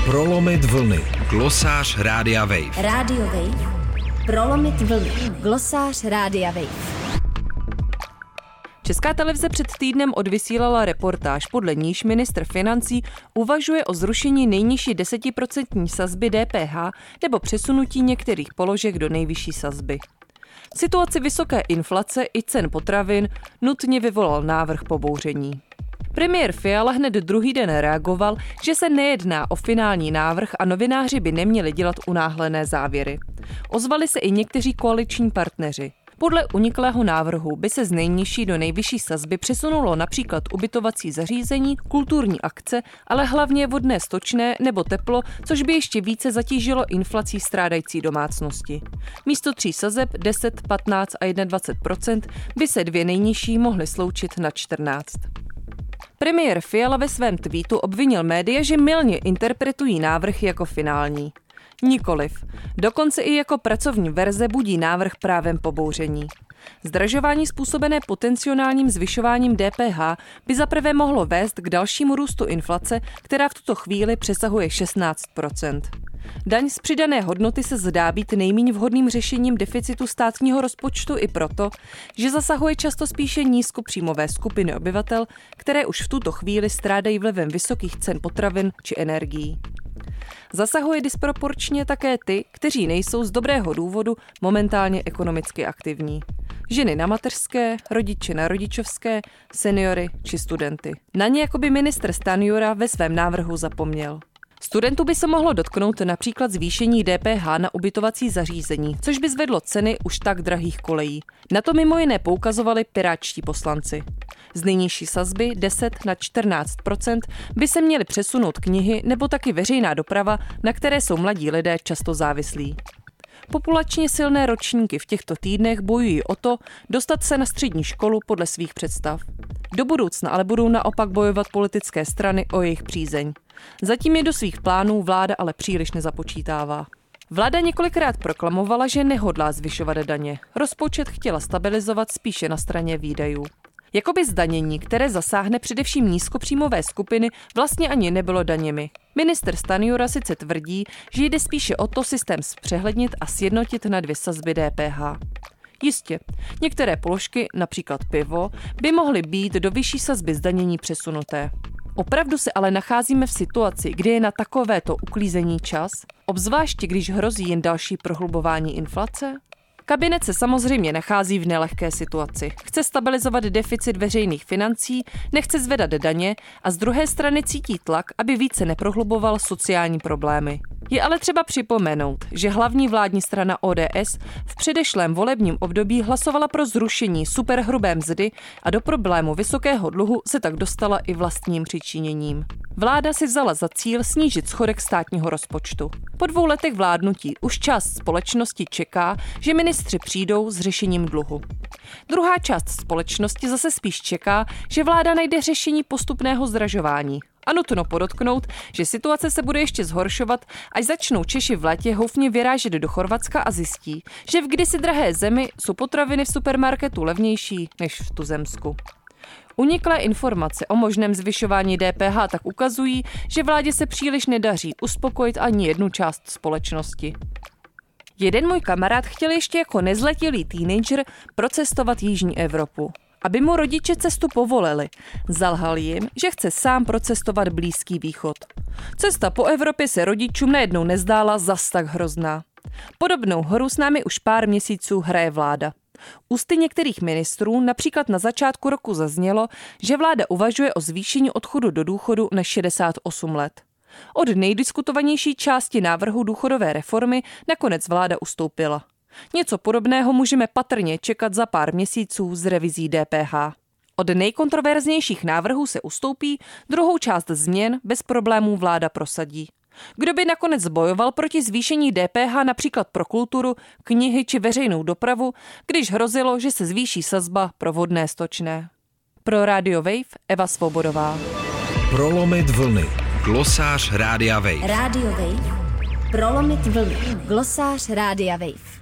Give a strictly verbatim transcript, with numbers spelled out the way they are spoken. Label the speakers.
Speaker 1: Prolomit vlny. Glosář Rádia Wave.
Speaker 2: Rádio Wave. Prolomit vlny. Glosář Rádia Wave.
Speaker 3: Česká televize před týdnem odvysílala reportáž, podle níž ministr financí uvažuje o zrušení nejnižší desetiprocentní sazby D P H nebo přesunutí některých položek do nejvyšší sazby. Situaci vysoké inflace i cen potravin nutně vyvolal návrh pobouření. Premiér Fiala hned druhý den reagoval, že se nejedná o finální návrh a novináři by neměli dělat unáhlené závěry. Ozvali se i někteří koaliční partneři. Podle uniklého návrhu by se z nejnižší do nejvyšší sazby přesunulo například ubytovací zařízení, kulturní akce, ale hlavně vodné, stočné nebo teplo, což by ještě více zatížilo inflací strádající domácnosti. Místo tří sazeb deset, patnáct a dvacet jedna procent by se dvě nejnižší mohly sloučit na čtrnáct. Premiér Fiala ve svém tweetu obvinil média, že mylně interpretují návrh jako finální. Nikoliv. Dokonce i jako pracovní verze budí návrh právem pobouření. Zdražování způsobené potenciálním zvyšováním D P H by zaprvé mohlo vést k dalšímu růstu inflace, která v tuto chvíli přesahuje šestnáct procent. Daň z přidané hodnoty se zdá být nejméně vhodným řešením deficitu státního rozpočtu i proto, že zasahuje často spíše nízkopříjmové skupiny obyvatel, které už v tuto chvíli strádají vlivem vysokých cen potravin či energií. Zasahuje disproporčně také ty, kteří nejsou z dobrého důvodu momentálně ekonomicky aktivní. Ženy na mateřské, rodiče na rodičovské, seniory či studenty. Na ně jakoby ministr Stanjura ve svém návrhu zapomněl. Studentů by se mohlo dotknout například zvýšení D P H na ubytovací zařízení, což by zvedlo ceny už tak drahých kolejí. Na to mimo jiné poukazovali pirátští poslanci. Z nejnižší sazby deset na čtrnáct procent by se měly přesunout knihy nebo taky veřejná doprava, na které jsou mladí lidé často závislí. Populačně silné ročníky v těchto týdnech bojují o to dostat se na střední školu podle svých představ. Do budoucna ale budou naopak bojovat politické strany o jejich přízeň. Zatím je do svých plánů vláda ale příliš nezapočítává. Vláda několikrát proklamovala, že nehodlá zvyšovat daně. Rozpočet chtěla stabilizovat spíše na straně výdajů. Jakoby zdanění, které zasáhne především nízkopříjmové skupiny, vlastně ani nebylo daněmi. Ministr Stanjura sice tvrdí, že jde spíše o to systém zpřehlednit a sjednotit na dvě sazby D P H. Jistě, některé položky, například pivo, by mohly být do vyšší sazby zdanění přesunuté. Opravdu se ale nacházíme v situaci, kdy je na takovéto uklízení čas, obzvláště když hrozí jen další prohlubování inflace? Kabinet se samozřejmě nachází v nelehké situaci. Chce stabilizovat deficit veřejných financí, nechce zvedat daně a z druhé strany cítí tlak, aby více neprohluboval sociální problémy. Je ale třeba připomenout, že hlavní vládní strana O D S v předešlém volebním období hlasovala pro zrušení superhrubé mzdy a do problému vysokého dluhu se tak dostala i vlastním přičiněním. Vláda si vzala za cíl snížit schodek státního rozpočtu. Po dvou letech vládnutí už část společnosti čeká, že ministři přijdou s řešením dluhu. Druhá část společnosti zase spíš čeká, že vláda najde řešení postupného zdražování. A nutno podotknout, že situace se bude ještě zhoršovat, až začnou Češi v létě houfně vyrážet do Chorvatska a zjistí, že v kdysi drahé zemi jsou potraviny v supermarketu levnější než v tuzemsku. Uniklé informace o možném zvyšování D P H tak ukazují, že vládě se příliš nedaří uspokojit ani jednu část společnosti. Jeden můj kamarád chtěl ještě jako nezletilý teenager procestovat jižní Evropu. Aby mu rodiče cestu povolili, zalhal jim, že chce sám procestovat Blízký východ. Cesta po Evropě se rodičům najednou nezdála zas tak hrozná. Podobnou hru s námi už pár měsíců hraje vláda. Ústy některých ministrů například na začátku roku zaznělo, že vláda uvažuje o zvýšení odchodu do důchodu na šedesát osm let. Od nejdiskutovanější části návrhu důchodové reformy nakonec vláda ustoupila. Něco podobného můžeme patrně čekat za pár měsíců z revizí D P H. Od nejkontroverznějších návrhů se ustoupí, druhou část změn bez problémů vláda prosadí. Kdo by nakonec bojoval proti zvýšení D P H například pro kulturu, knihy či veřejnou dopravu, když hrozilo, že se zvýší sazba pro vodné, stočné? Pro Radio Wave Eva Svobodová.
Speaker 1: Prolomit vlny. Glosář Rádia Wave.
Speaker 2: Radio Wave. Prolomit vlny. Glosář Rádia Wave.